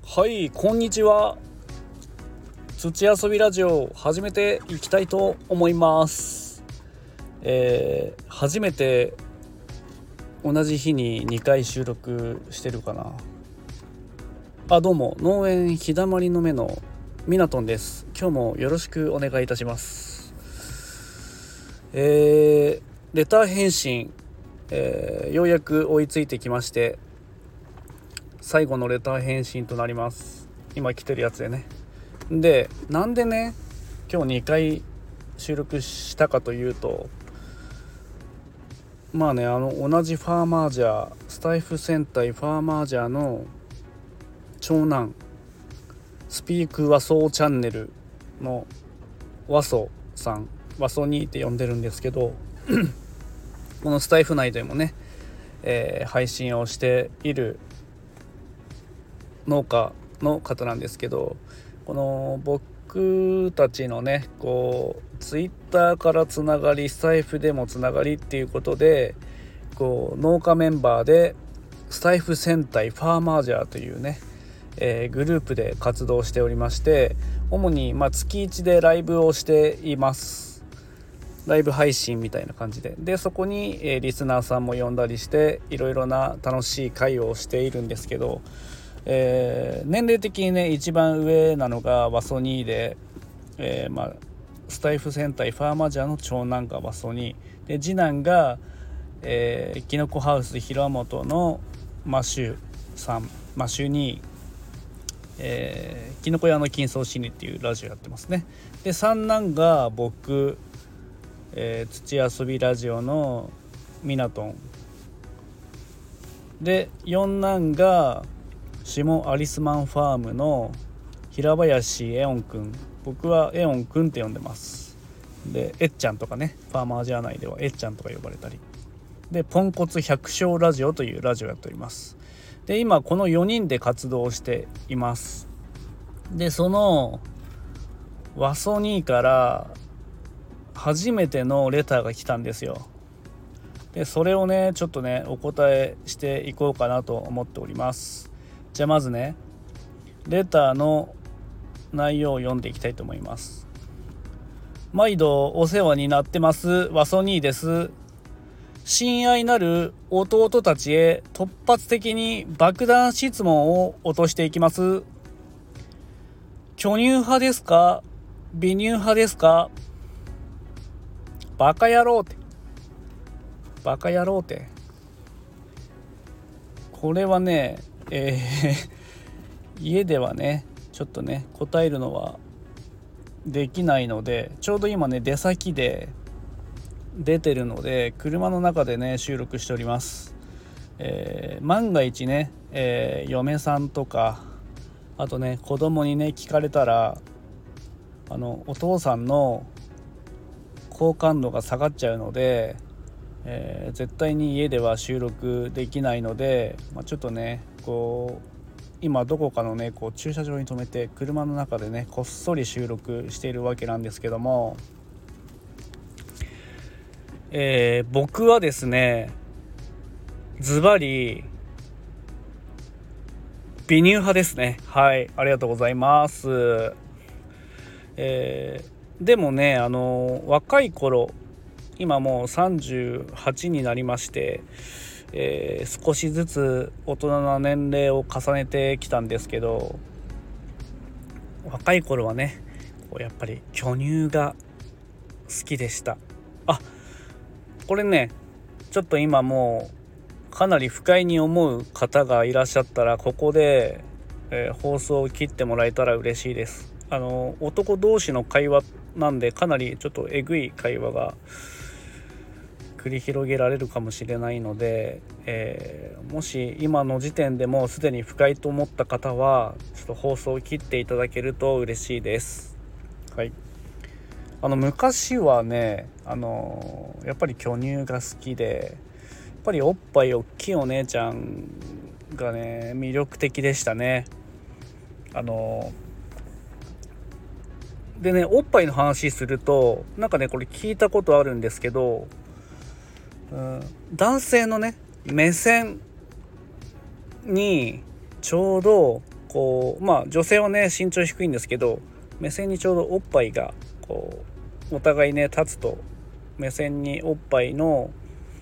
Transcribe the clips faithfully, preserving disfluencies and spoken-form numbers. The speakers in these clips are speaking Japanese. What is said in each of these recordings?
はい、こんにちは。土遊びラジオを始めていきたいと思います。えー、初めて同じ日ににかい収録してるかな。あ、どうも、農園日だまりの目のミナトンです。今日もよろしくお願いいたします。えー、レター返信、えー、ようやく追いついてきまして、最後のレター返信となります。今来てるやつでね。で、なんでね今日にかい収録したかというと、まあねあの同じファーマージャースタイフ戦隊ファーマージャーの長男スピーク和装チャンネルの和装さん、和装にって呼んでるんですけどこのスタイフ内でもね、えー、配信をしている農家の方なんですけど、この僕たちのねこうツイッターからつながりスタイフでもつながりっていうことで、こう農家メンバーでスタイフ戦隊ファーマージャーというね、えー、グループで活動しておりまして、主にまあ月いちでライブをしています。ライブ配信みたいな感じで、でそこに、えー、リスナーさんも呼んだりしていろいろな楽しい会をしているんですけど、えー、年齢的にね一番上なのがワソニーで、えーまあ、スタイフ戦隊ファーマージャーの長男がワソニーで、次男が、えー、キノコハウス平本のマシュさん、マシュに、えー、キノコ屋の金層心理っていうラジオやってますね。で三男が僕、えー、土遊びラジオのミナトンで、四男が下アリスマンファームの平林エオンくん、僕はエオンくんって呼んでます。でえっちゃんとかね、ファーマージャー内ではえっちゃんとか呼ばれたりで、ポンコツ百姓ラジオというラジオをやっております。で今このよにんで活動しています。でそのワソニーから初めてのレターが来たんですよ。でそれをねちょっとねお答えしていこうかなと思っております。じゃあまずねレターの内容を読んでいきたいと思います。毎度お世話になってますワソニーです。親愛なる弟たちへ突発的に爆弾質問を落としていきます。巨乳派ですか美乳派ですか？バカ野郎ってバカ野郎ってこれはね、えー、家ではねちょっとね答えるのはできないので、ちょうど今ね出先で出てるので車の中でね収録しております。えー、万が一ね、えー、嫁さんとかあとね子供にね聞かれたら、あのお父さんの好感度が下がっちゃうので、えー、絶対に家では収録できないので、まあ、ちょっとねこう今どこかのねこう駐車場に停めて車の中でねこっそり収録しているわけなんですけども、えー、僕はですねズバリ美乳派ですね。はい、ありがとうございます。えー、でもねあの若い頃、今もうさんじゅうはちになりまして、えー、少しずつ大人な年齢を重ねてきたんですけど、若い頃はねこうやっぱり巨乳が好きでした。あ、これねちょっと今もうかなり不快に思う方がいらっしゃったらここで、えー、放送を切ってもらえたら嬉しいです。あの男同士の会話なんでかなりちょっとえぐい会話が繰り広げられるかもしれないので、えー、もし今の時点でもすでに不快と思った方はちょっと放送を切っていただけると嬉しいです。はい、あの昔はねあのやっぱり巨乳が好きで、やっぱりおっぱい大きいお姉ちゃんがね魅力的でしたね。あのでねおっぱいの話するとなんかねこれ聞いたことあるんですけど、うん、男性のね目線にちょうどこうまあ女性はね身長低いんですけど、目線にちょうどおっぱいがこうお互いね立つと、目線におっぱいの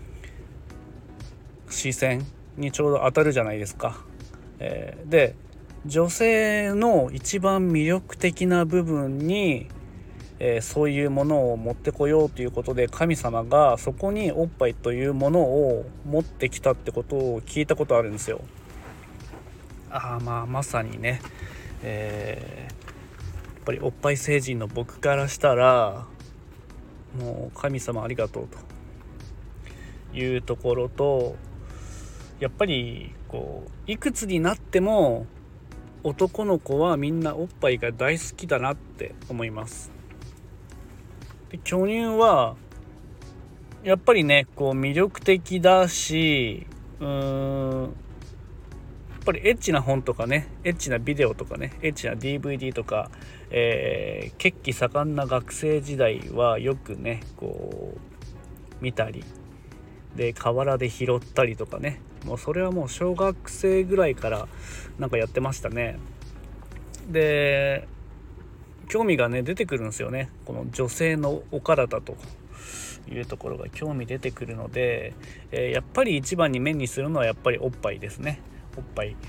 視線にちょうど当たるじゃないですか。えー、で女性の一番魅力的な部分に、えー、そういうものを持ってこようということで、神様がそこにおっぱいというものを持ってきたってことを聞いたことあるんですよ。あまあまさにね、えー、やっぱりおっぱい星人の僕からしたら、もう神様ありがとうというところと、やっぱりこういくつになっても男の子はみんなおっぱいが大好きだなって思います。で巨乳はやっぱりねこう魅力的だし、うーんやっぱりエッチな本とかね、エッチなビデオとかね、エッチな ディーブイディー とか、えー、血気盛んな学生時代はよくねこう見たりで、河原で拾ったりとかね、もうそれはもう小学生ぐらいからなんかやってましたね。で興味がね出てくるんですよね、この女性のお体というところが興味出てくるので、えー、やっぱり一番に目にするのはやっぱりおっぱいですね。おっぱい、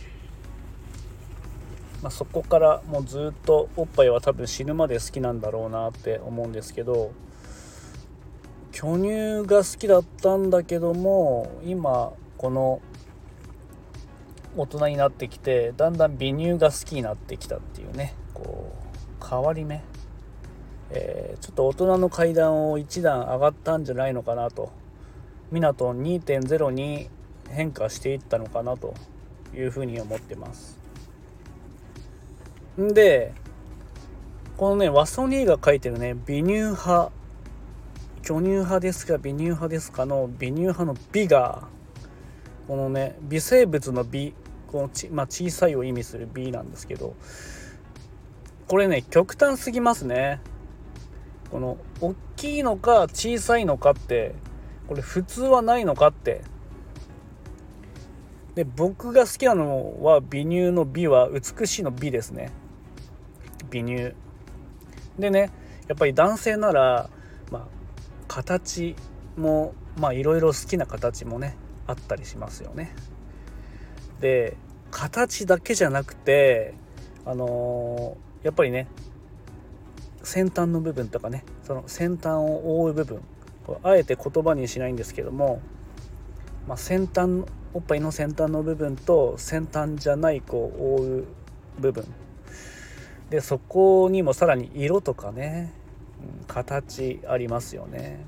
まあ、そこからもうずっとおっぱいは多分死ぬまで好きなんだろうなって思うんですけど、巨乳が好きだったんだけども、今この大人になってきてだんだん美乳が好きになってきたっていうね、こう変わり目、えー、ちょっと大人の階段を一段上がったんじゃないのかなと、ミナトン にてんゼロ に変化していったのかなというふうに思ってます。んでこのねワソニーが書いてるね、美乳派巨乳派ですか美乳派ですかの美乳派の美が、このね微生物の美、このち、まあ、小さいを意味する美なんですけど、これね極端すぎますね。この大きいのか小さいのかってこれ普通はないのかって。で僕が好きなのは美乳の美は美しいの美ですね。美乳でね、やっぱり男性ならまあ形もまあいろいろ好きな形もねあったりしますよね。で形だけじゃなくてあのー、やっぱりね先端の部分とかね、その先端を覆う部分、これあえて言葉にしないんですけども、まあ、先端おっぱいの先端の部分と先端じゃないこう覆う部分で、そこにもさらに色とかね、うん、形ありますよね。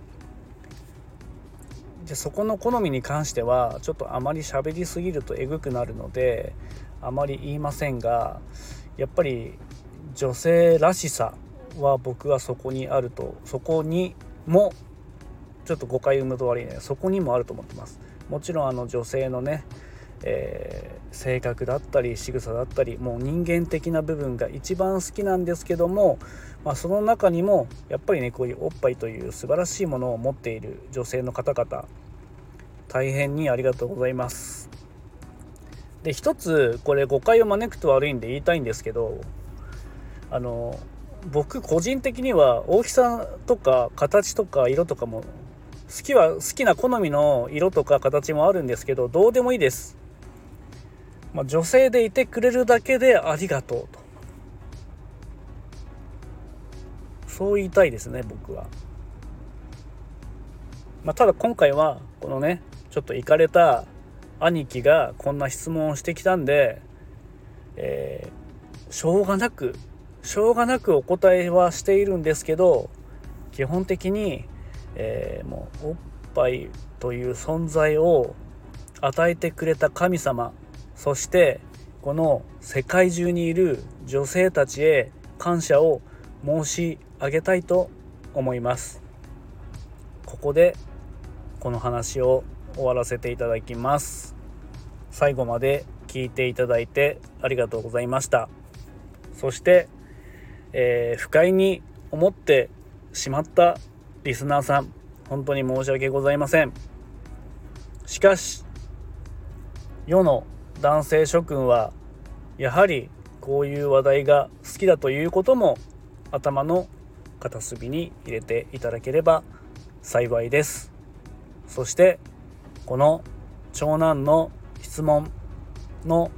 でそこの好みに関してはちょっとあまり喋りすぎるとえぐくなるのであまり言いませんが、やっぱり女性らしさは僕はそこにあると、そこにもちょっと誤解生むと悪いね、そこにもあると思ってます。もちろんあの女性のね、えー、性格だったり仕草だったりもう人間的な部分が一番好きなんですけども、まあ、その中にもやっぱりねこういうおっぱいという素晴らしいものを持っている女性の方々大変にありがとうございます。で一つこれ誤解を招くと悪いんで言いたいんですけど、あの僕個人的には大きさとか形とか色とかも好きは好きな好みの色とか形もあるんですけど、どうでもいいです。まあ、女性でいてくれるだけでありがとうと、そう言いたいですね僕は。まあ、ただ今回はこのねちょっとイカれた兄貴がこんな質問をしてきたんで、えー、しょうがなくしょうがなくお答えはしているんですけど、基本的に、えー、もうおっぱいという存在を与えてくれた神様、そしてこの世界中にいる女性たちへ感謝を申し上げたいと思います。ここでこの話を終わらせていただきます。最後まで聞いていただいてありがとうございました。そして、えー、不快に思ってしまったリスナーさん、本当に申し訳ございません。しかし世の男性諸君はやはりこういう話題が好きだということも頭の片隅に入れていただければ幸いです。そしてこの長男の質問の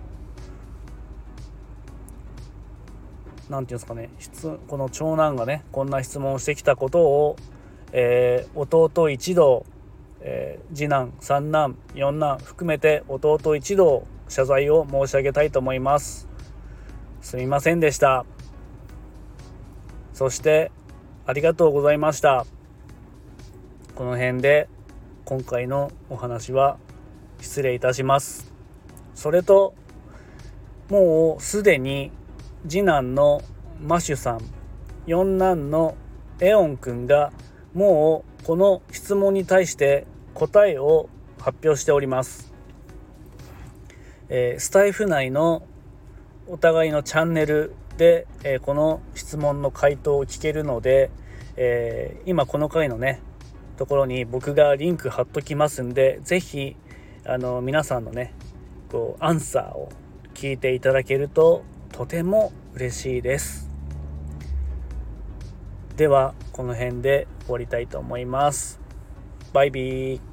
なんていうんですかね、この長男がねこんな質問をしてきたことを、えー、弟一同、えー、次男三男四男含めて弟一同謝罪を申し上げたいと思います。すみませんでした。そしてありがとうございました。この辺で今回のお話は失礼いたします。それともうすでに次男のマシュさん、四男のエオンくんがもうこの質問に対して答えを発表しております。えー、スタイフ内のお互いのチャンネルで、えー、この質問の回答を聞けるので、えー、今この回のねところに僕がリンク貼っときますんで、ぜひあの皆さんのねこうアンサーを聞いていただけるととても嬉しいです。ではこの辺で終わりたいと思います。バイビー。